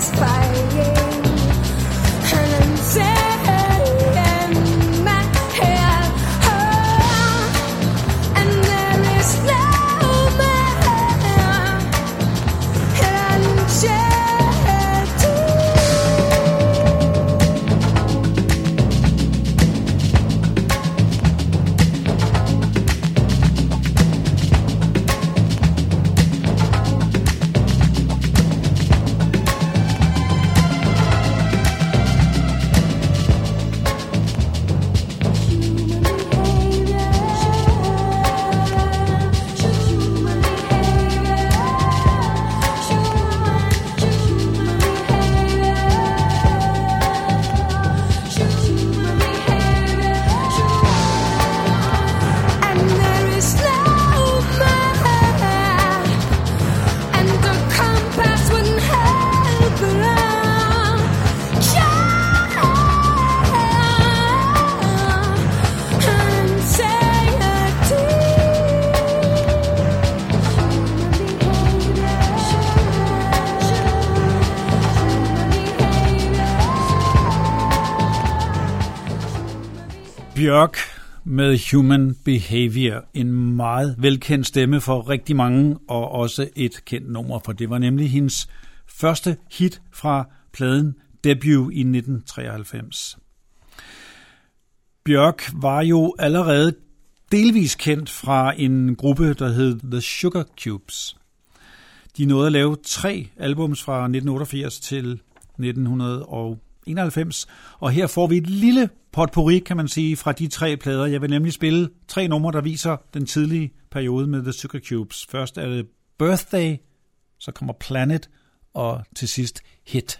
Björk med Human Behavior. En meget velkendt stemme for rigtig mange, og også et kendt nummer, for det var nemlig hendes første hit fra pladen Debut i 1993. Björk var jo allerede delvis kendt fra en gruppe, der hed The Sugar Cubes. De nåede at lave 3 albums fra 1988 til 1991, og her får vi et lille potpourri, kan man sige, fra de 3 plader. Jeg vil nemlig spille 3 numre, der viser den tidlige periode med The Sugar Cubes. Først er det Birthday, så kommer Planet, og til sidst Hit.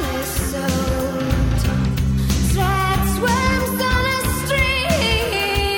Sweats worms on a street.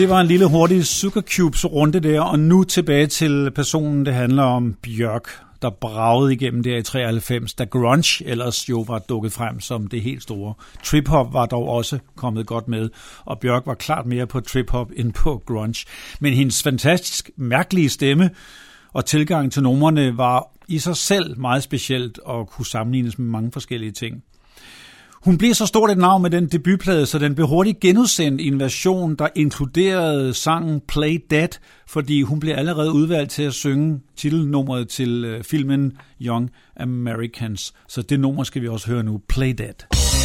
Det var en lille hurtig Sugar Cubes runde der, og nu tilbage til personen, det handler om, Björk, der bragede igennem der i 93, da grunge ellers jo var dukket frem som det helt store. Trip-hop var dog også kommet godt med, og Björk var klart mere på trip-hop end på grunge. Men hendes fantastisk mærkelige stemme og tilgang til numrene var i sig selv meget specielt og kunne sammenlignes med mange forskellige ting. Hun blev så stort et navn med den debutplade, så den blev hurtigt genudsendt i en version, der inkluderede sangen Play Dead, fordi hun blev allerede udvalgt til at synge titelnummeret til filmen Young Americans. Så det nummer skal vi også høre nu, Play Dead.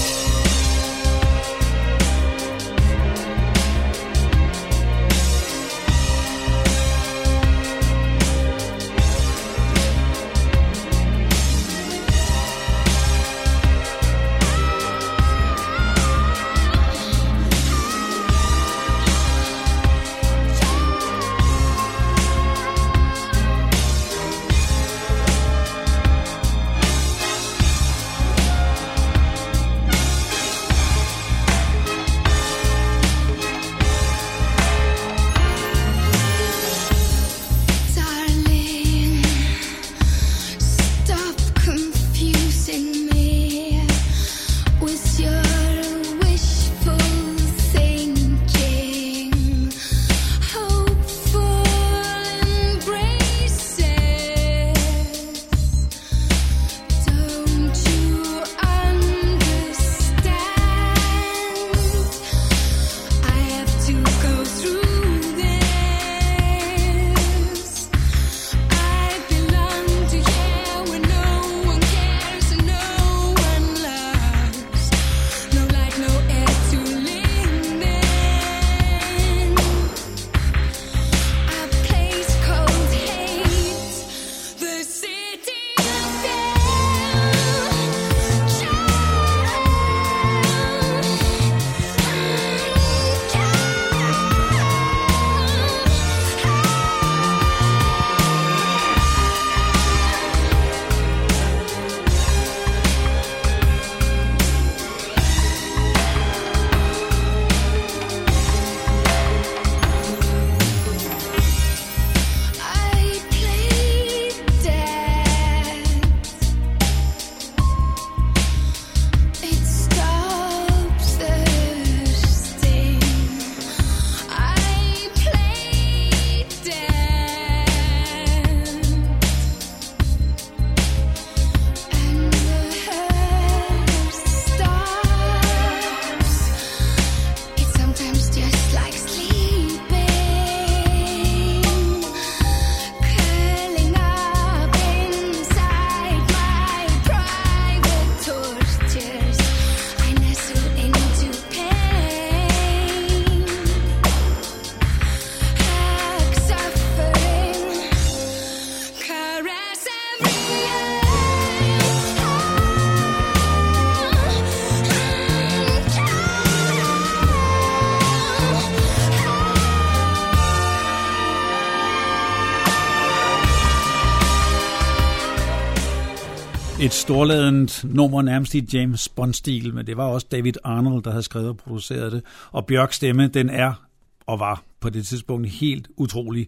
Et storladent nummer nærmest i James Bond-stil, men det var også David Arnold, der havde skrevet og produceret det. Og Björks stemme, den er og var på det tidspunkt helt utrolig,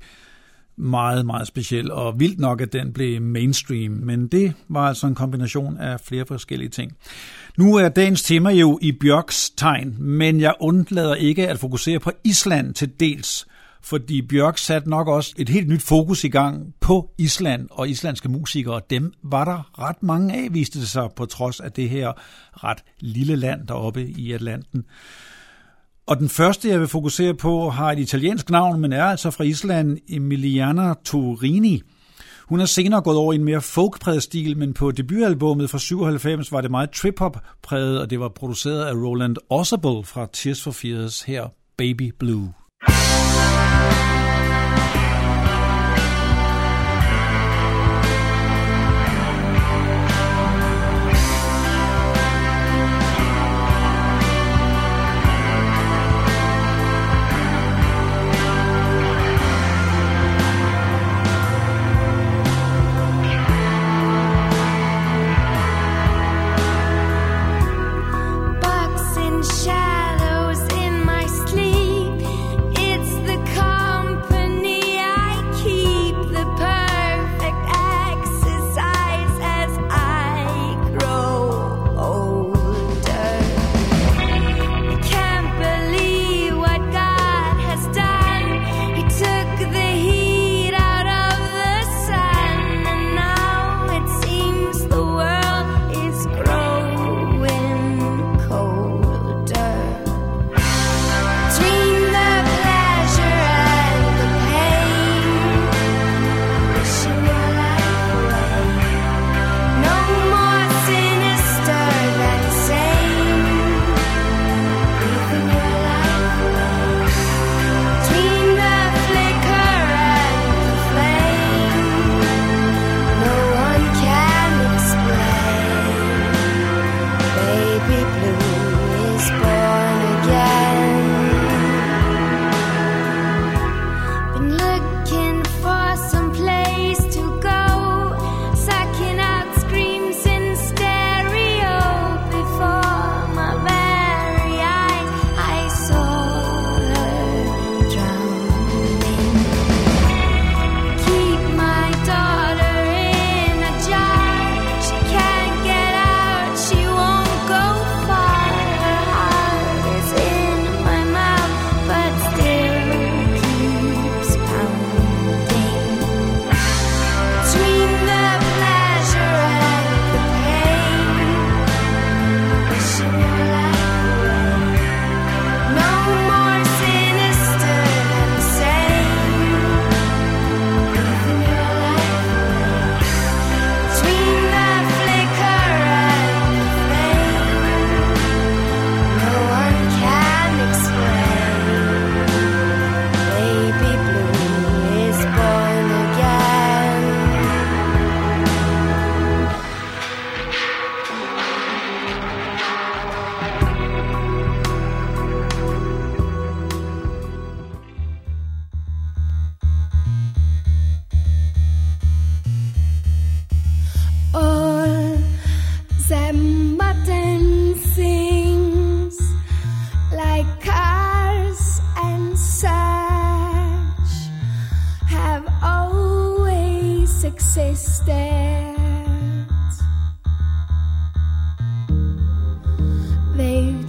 meget, meget speciel, og vildt nok, at den blev mainstream, men det var altså en kombination af flere forskellige ting. Nu er dagens tema jo i Björks tegn, men jeg undlader ikke at fokusere på Island til dels, fordi Björk satte nok også et helt nyt fokus i gang på Island og islandske musikere. Dem var der ret mange af, viste det sig, på trods af det her ret lille land deroppe i Atlanten. Og den første, jeg vil fokusere på, har et italiensk navn, men er altså fra Island, Emiliana Torrini. Hun er senere gået over i en mere folkpræget stil, men på debutalbummet fra 97 var det meget trip-hop-præget, og det var produceret af Roland Orzabal fra Tears for Fears, her Baby Blue. Shadows in my sleep. It's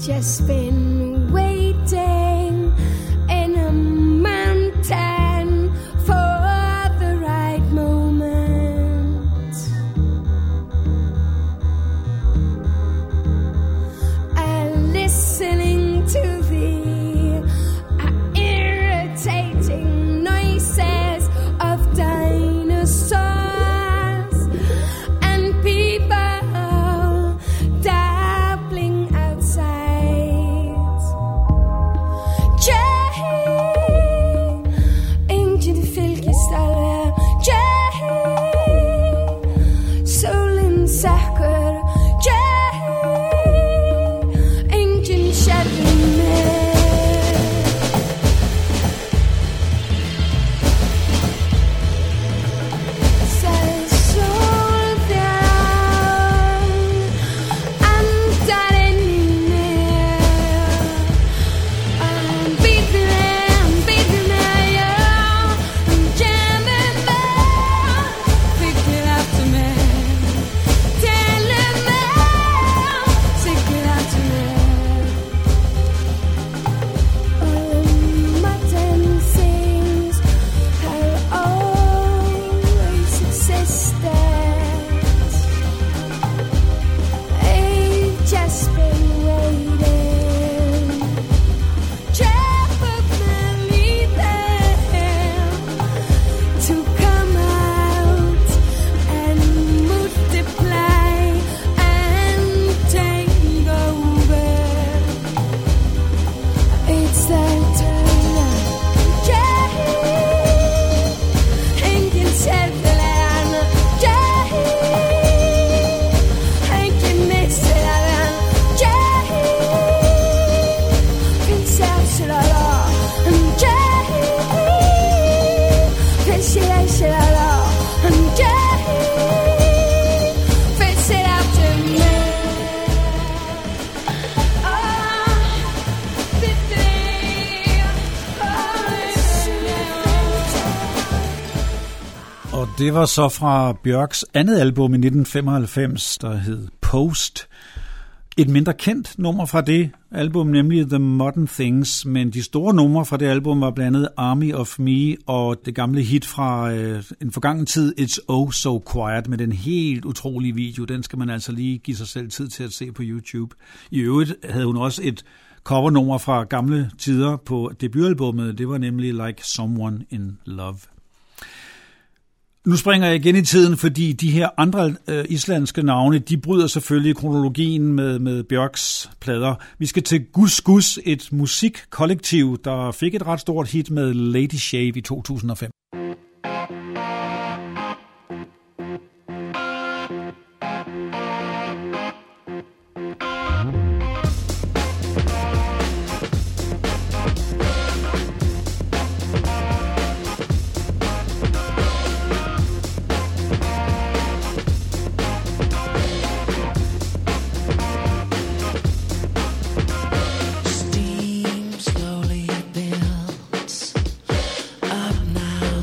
just been waiting in a mountain for the right moment, and listening to the irritating noises of dinosaurs and people dabbling outside. Jay, ingen fylkesdaler. Jay, solen sækker. Jay, ingen skjærende. Det var så fra Bjørks andet album i 1995, der hed Post. Et mindre kendt nummer fra det album, nemlig The Modern Things, men de store numre fra det album var blandt andet Army of Me og det gamle hit fra en forgangen tid, It's Oh So Quiet, med den helt utrolige video. Den skal man altså lige give sig selv tid til at se på YouTube. I øvrigt havde hun også et covernummer fra gamle tider på debutalbummet. Det var nemlig Like Someone in Love. Nu springer jeg igen i tiden, fordi de her andre islandske navne, de bryder selvfølgelig kronologien med Bjørks plader. Vi skal til Gus Gus, et musikkollektiv, der fik et ret stort hit med Lady Shave i 2005. Steam slowly builds up now.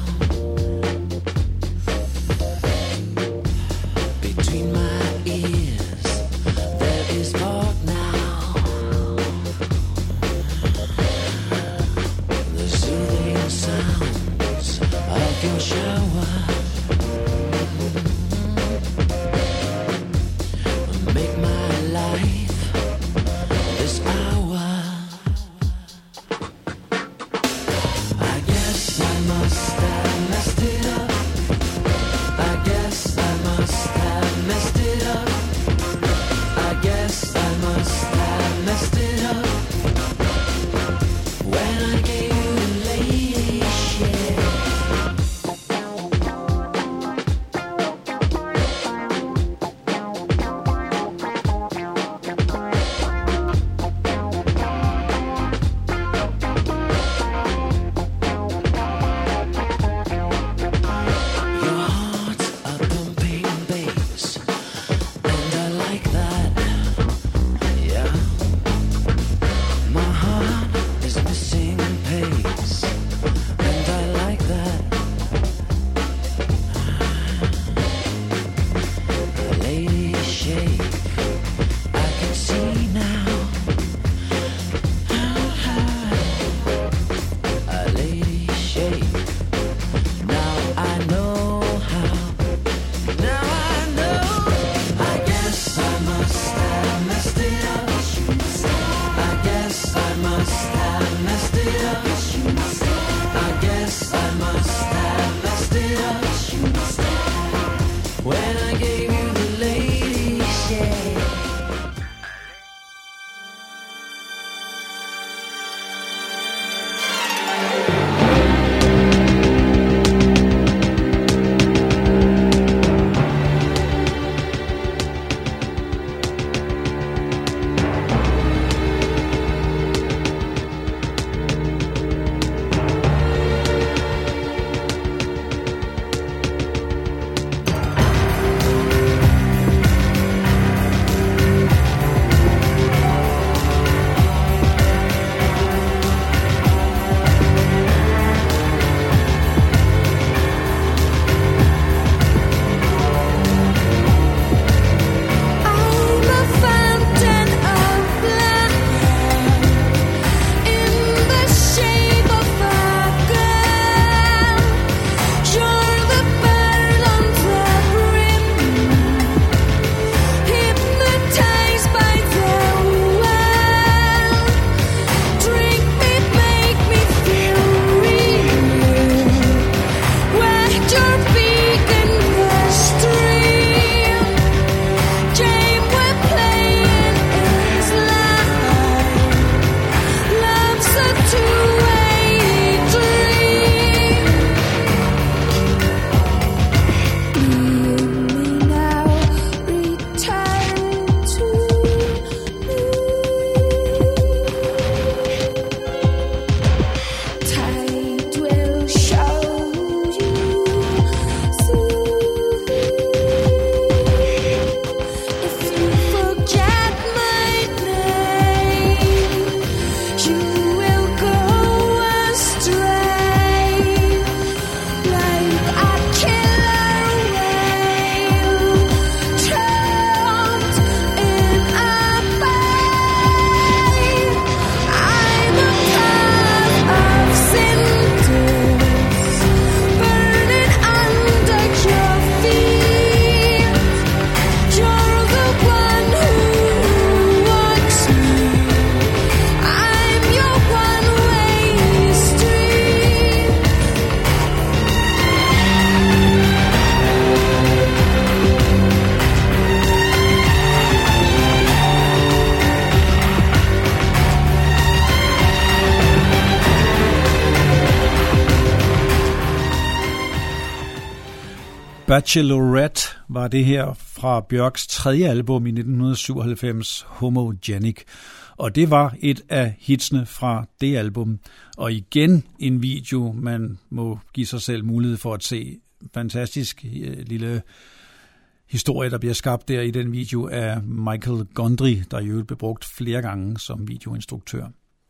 Bachelorette var det her fra Bjørks tredje album i 1997, Homogenic. Og det var et af hitsene fra det album. Og igen en video, man må give sig selv mulighed for at se. Fantastisk lille historie, der bliver skabt der i den video af Michael Gondry, der jo blev brugt flere gange som videoinstruktør.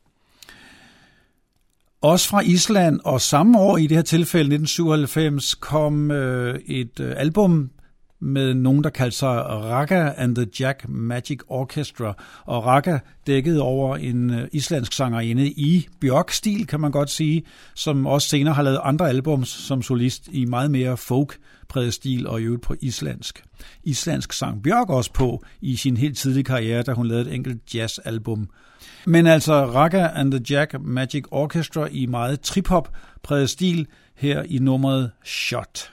Også fra Island, og samme år i det her tilfælde, 1997, kom et album med nogen, der kaldte sig Ragga and the Jack Magic Orchestra. Og Ragga dækkede over en islandsk sangerinde i Bjørk-stil, kan man godt sige, som også senere har lavet andre albums som solist i meget mere folk-præget stil og i øvrigt på islandsk. Islandsk sang Bjørk også på i sin helt tidlige karriere, da hun lavede et enkelt jazzalbum. Men altså Ragga and the Jack Magic Orchestra i meget trip-hop-præget stil her i nummeret Shot.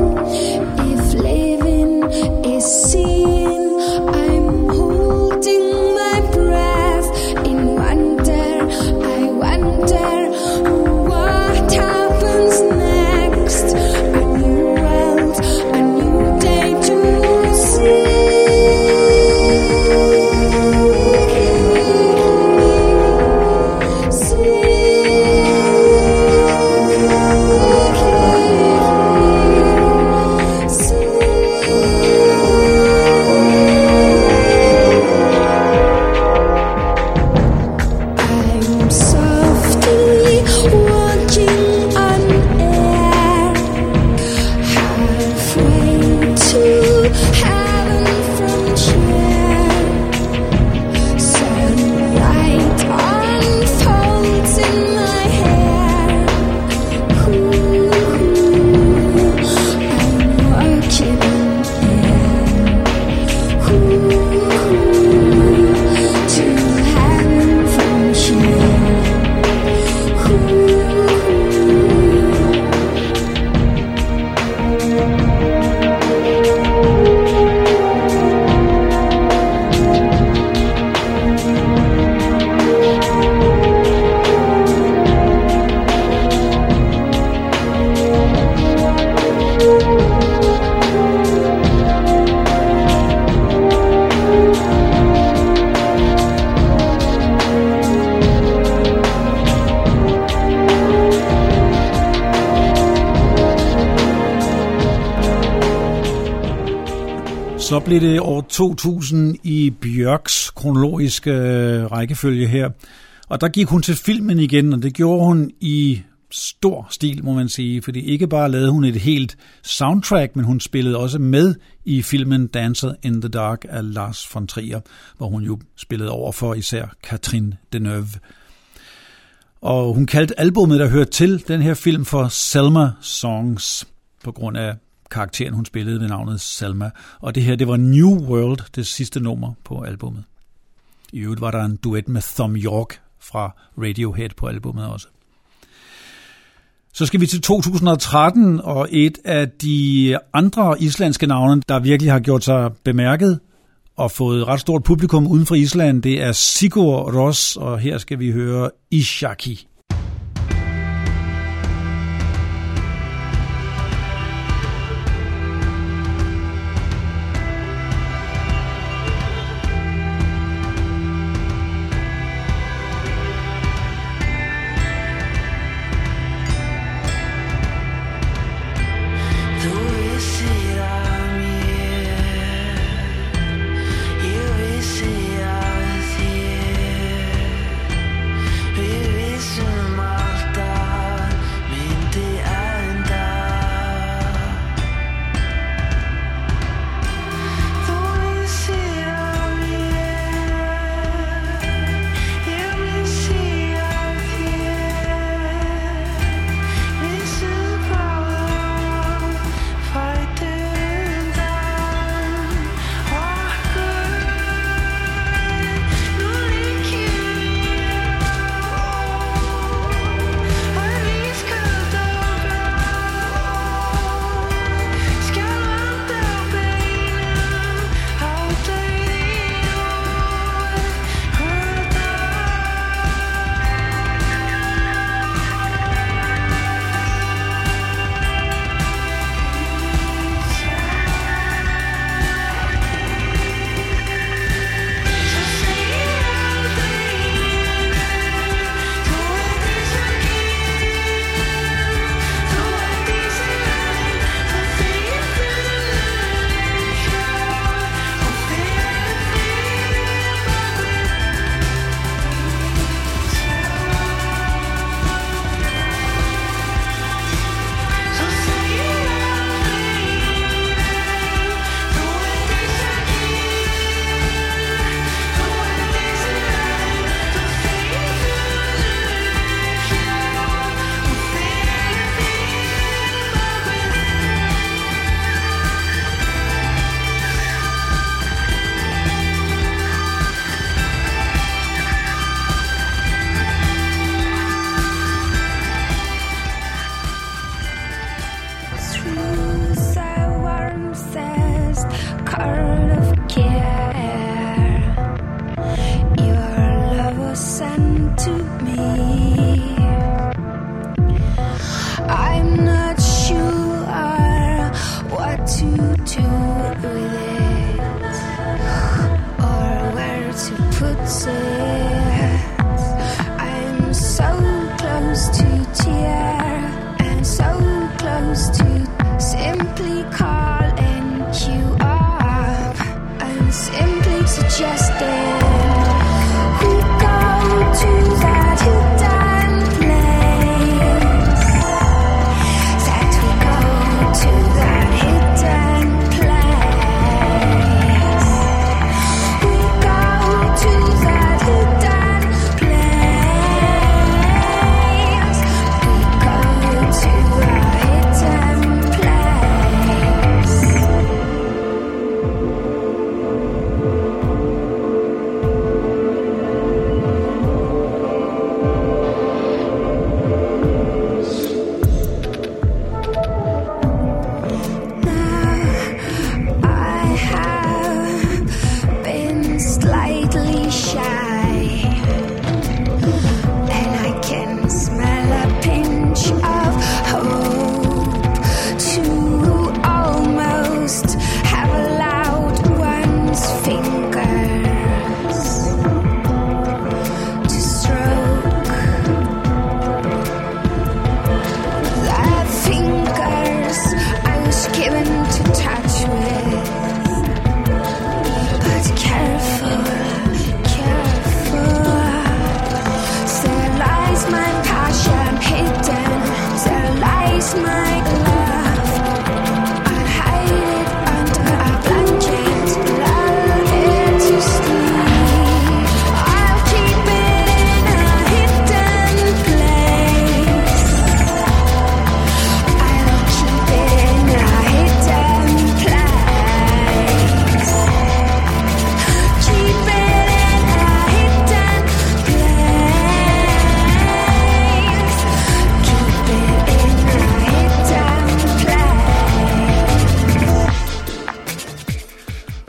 Seeing I'm holding blev det år 2000 i Bjørks kronologiske rækkefølge her. Og der gik hun til filmen igen, og det gjorde hun i stor stil, må man sige. Fordi ikke bare lavede hun et helt soundtrack, men hun spillede også med i filmen Dancer in the Dark af Lars von Trier, hvor hun jo spillede over for især Catherine Deneuve. Og hun kaldte albumet, der hørte til den her film, for Selma Songs, på grund af karakteren, hun spillede ved navnet Selma. Og det her, det var New World, det sidste nummer på albumet. I øvrigt var der en duet med Thom Yorke fra Radiohead på albumet også. Så skal vi til 2013, og et af de andre islandske navne, der virkelig har gjort sig bemærket og fået ret stort publikum uden for Island, det er Sigur Rós, og her skal vi høre Ishaki.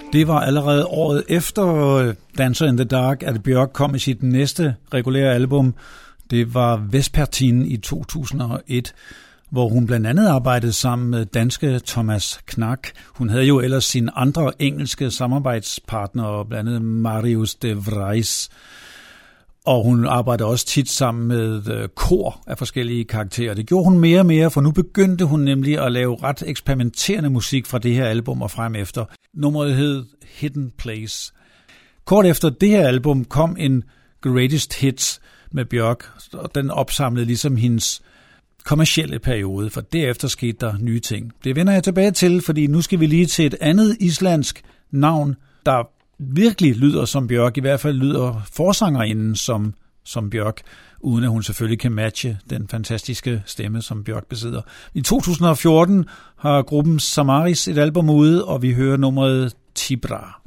Det var allerede året efter Dancer in the Dark, at Bjørk kom med sit næste regulære album. Det var Vespertine i 2001, hvor hun blandt andet arbejdede sammen med danske Thomas Knak. Hun havde jo ellers sine andre engelske samarbejdspartnere, blandt andet Marius de Vries. Og hun arbejdede også tit sammen med kor af forskellige karakterer. Det gjorde hun mere og mere, for nu begyndte hun nemlig at lave ret eksperimenterende musik fra det her album og frem efter. Nummeret hed Hidden Place. Kort efter det her album kom en Greatest Hits med Bjørk, og den opsamlede ligesom hendes kommercielle periode, for derefter skete der nye ting. Det vender jeg tilbage til, fordi nu skal vi lige til et andet islandsk navn, der virkelig lyder som Bjørk, i hvert fald lyder forsangerinden som Bjørk, uden at hun selvfølgelig kan matche den fantastiske stemme, som Bjørk besidder. I 2014 har gruppen Samaris et album ude, og vi hører nummeret Tibra.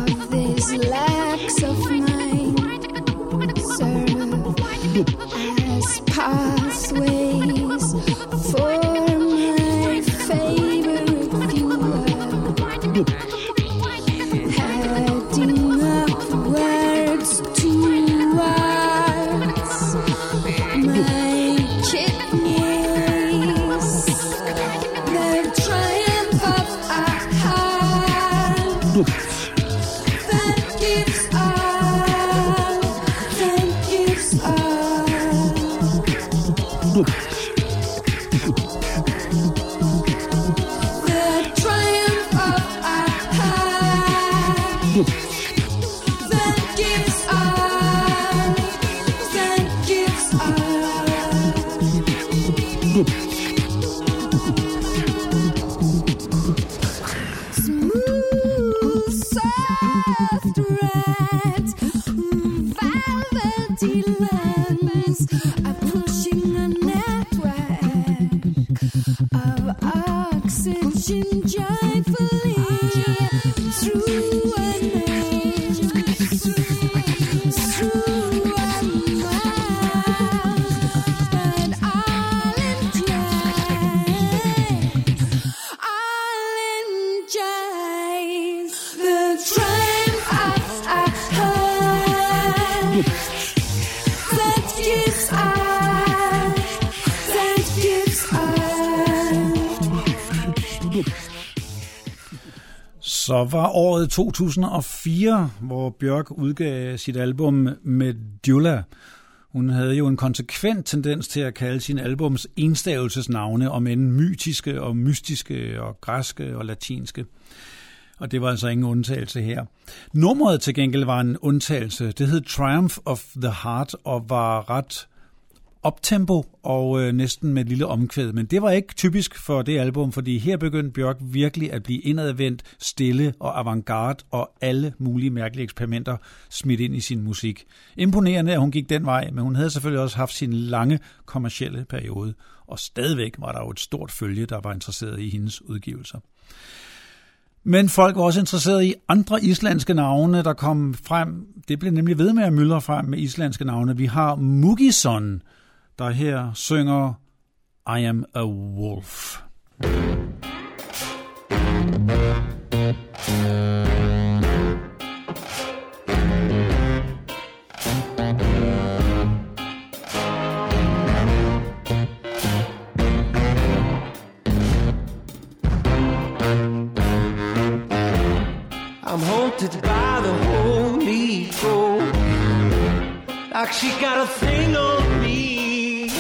Of mine serve Så var året 2004, hvor Björk udgav sit album Medulla. Hun havde jo en konsekvent tendens til at kalde sine albums enstavelsesnavne, om end mytiske og mystiske og græske og latinske. Og det var altså ingen undtagelse her. Nummeret til gengæld var en undtagelse. Det hed Triumph of the Heart og var ret optempo og næsten med et lille omkvæd. Men det var ikke typisk for det album, fordi her begyndte Björk virkelig at blive indadvendt, stille og avantgarde og alle mulige mærkelige eksperimenter smidt ind i sin musik. Imponerende, at hun gik den vej, men hun havde selvfølgelig også haft sin lange kommercielle periode, og stadigvæk var der jo et stort følge, der var interesseret i hendes udgivelser. Men folk var også interesseret i andre islandske navne, der kom frem. Det blev nemlig ved med at myldre frem med islandske navne. Vi har Mugisson, der her synger I Am a Wolf. I'm haunted by the Holy Ghost, like she got a thing on me.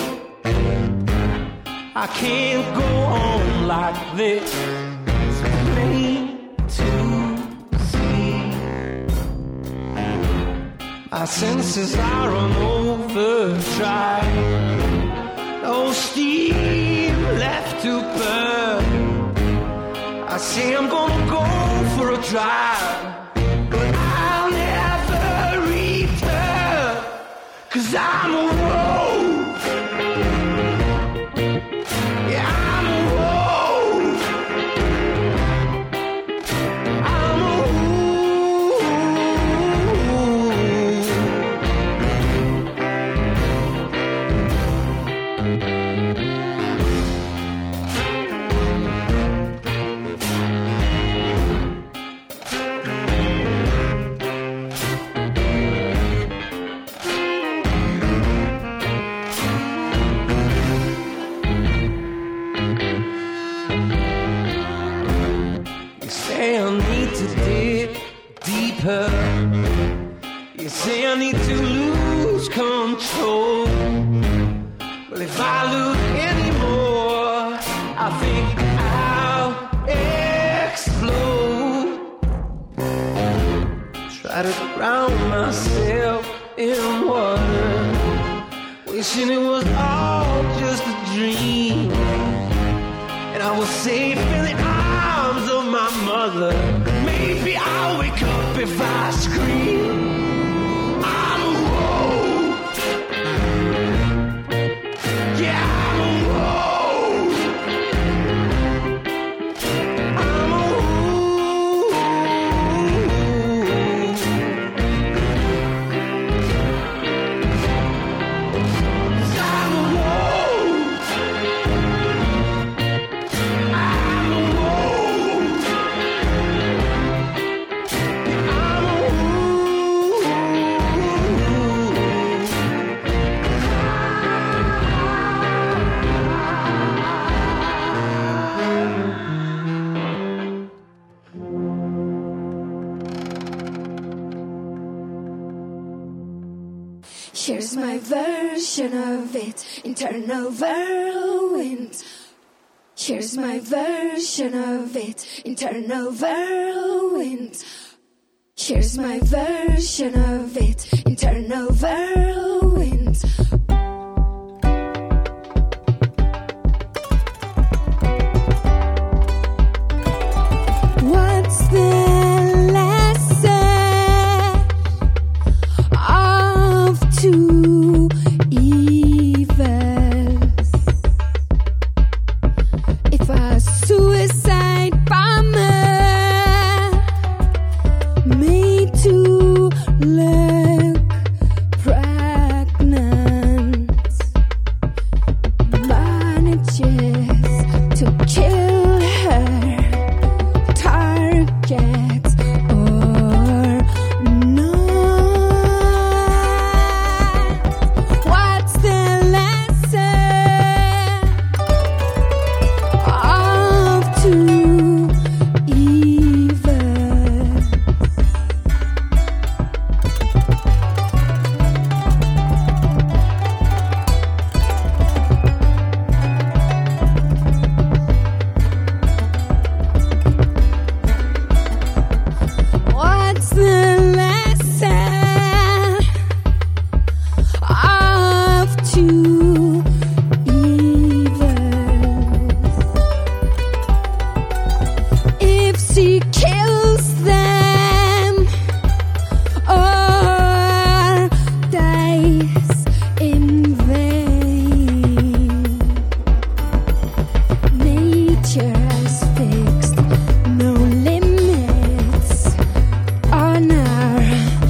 I can't go on like this, it's plain to see. My senses are on overdrive, no steam left to burn. I say I'm gonna go for a drive, but I'll never return, 'cause I'm a wolf. Yeah, I'm a wolf. I'm a wolf. You say I need to lose control. Well, if I lose anymore, I think I'll explode. Try to drown myself in water, wishing it was all just a dream, and I was safe in the arms of my mother. Maybe I'll wake up if I scream. I'm a wolf. Yeah, I'm a wolf. I'm a wolf. I'm a wolf. I'm a wolf. Here's my version of it. Internal whirlwind, Here's my version of it, internal whirlwind. Here's my version of it, internal whirlwind. What's the lesson of two evils? If a suicide bomber made to look pregnant manages to kill her target or not. What's the lesson of two evils? What's the lesson of two evils? If she kills them or dies in vain, nature has fixed no limits on our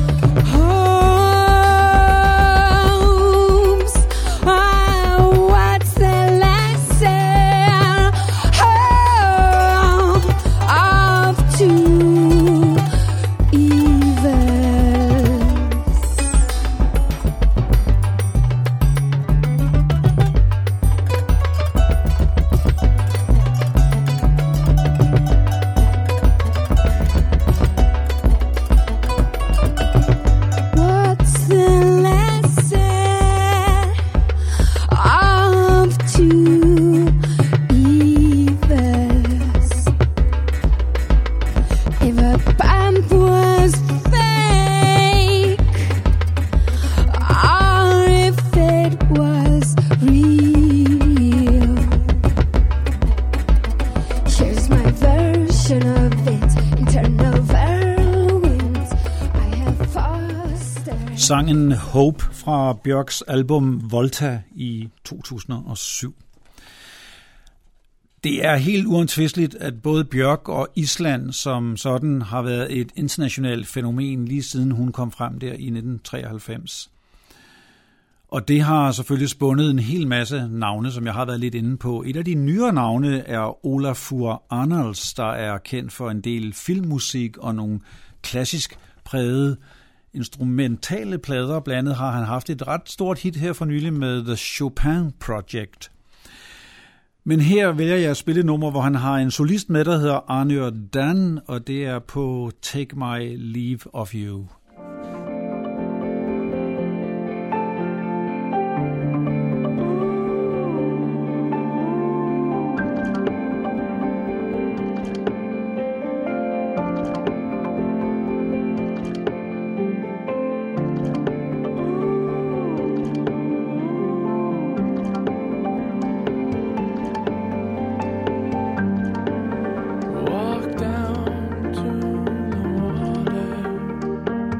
homes. Oh, what's the lesson of two evils? What's the lesson of two evils? If a bomb was fake or if it was real, here's my version of it, internal whirlwinds. I have fostered. Sangen Hope fra Bjørks album Volta i 2007. Det er helt uomtvisteligt, at både Bjørk og Island som sådan har været et internationalt fænomen lige siden hun kom frem der i 1993. Og det har selvfølgelig spundet en hel masse navne, som jeg har været lidt inde på. Et af de nyere navne er Olafur Arnalds, der er kendt for en del filmmusik og nogle klassisk prægede instrumentale plader. Blandt andet har han haft et ret stort hit her for nylig med The Chopin Project. Men her vælger jeg at spille et nummer, hvor han har en solist med, der hedder Arnur Dan, og det er på Take My Leave of You. Walk down to the water.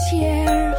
year.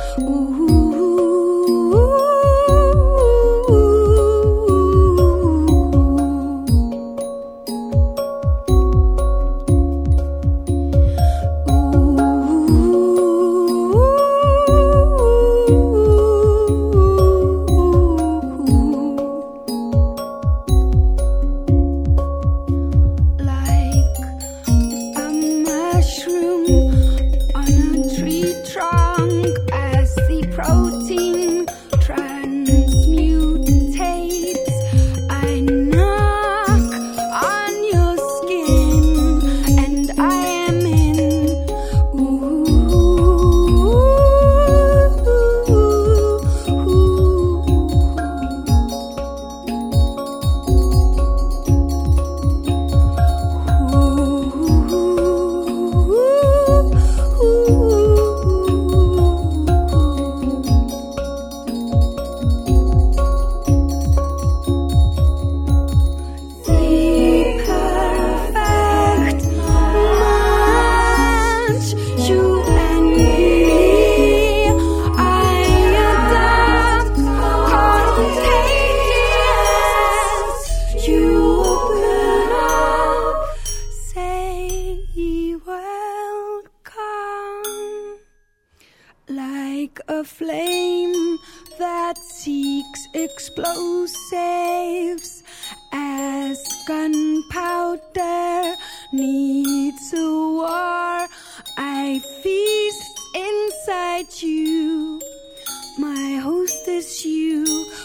Like a flame that seeks explosives, as gunpowder needs a war, I feast inside you, my host is you.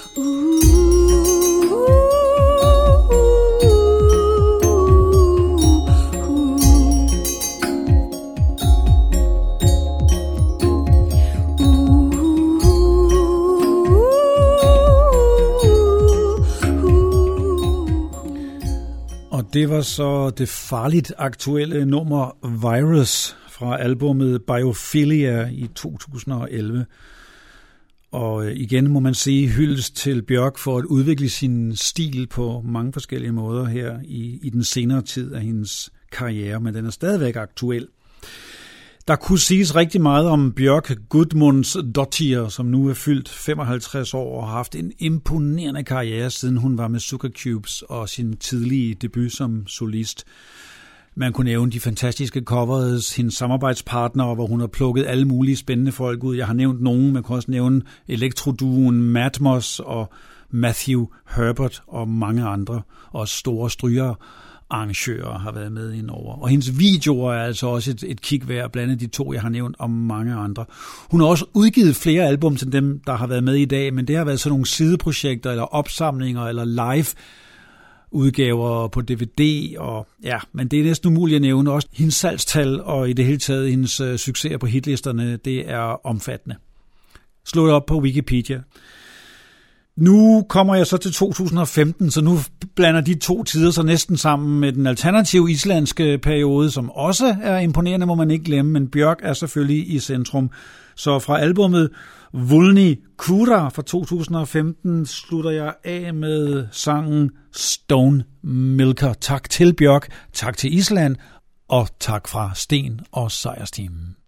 Det var så det farligt aktuelle nummer Virus fra albumet Biophilia i 2011. Og igen må man sige hyldest til Bjørk for at udvikle sin stil på mange forskellige måder her i den senere tid af hendes karriere, men den er stadigvæk aktuel. Der kunne siges rigtig meget om Bjørk Gudmundsdóttir, som nu er fyldt 55 år og har haft en imponerende karriere, siden hun var med Sugarcubes og sin tidlige debut som solist. Man kunne nævne de fantastiske covers, hendes samarbejdspartnere, hvor hun har plukket alle mulige spændende folk ud. Jeg har nævnt nogen, man kan også nævne elektroduen Matmos og Matthew Herbert og mange andre, og store strygere. Arrangører har været med indover. Og hendes videoer er altså også et kig værd, blandt de to, jeg har nævnt, og mange andre. Hun har også udgivet flere album til dem, der har været med i dag, men det har været sådan nogle sideprojekter, eller opsamlinger, eller live udgaver på DVD, og ja, men det er næsten umuligt at nævne. Også hendes salgstal, og i det hele taget hendes succeser på hitlisterne, det er omfattende. Slå det op på Wikipedia. Nu kommer jeg så til 2015, så nu blander de to tider så næsten sammen med den alternative islandske periode, som også er imponerende, må man ikke glemme, men Bjørk er selvfølgelig i centrum. Så fra albumet Vulni Kura fra 2015 slutter jeg af med sangen Stone Milker. Tak til Bjørk, tak til Island, og tak fra Sten og Sejrsteamen.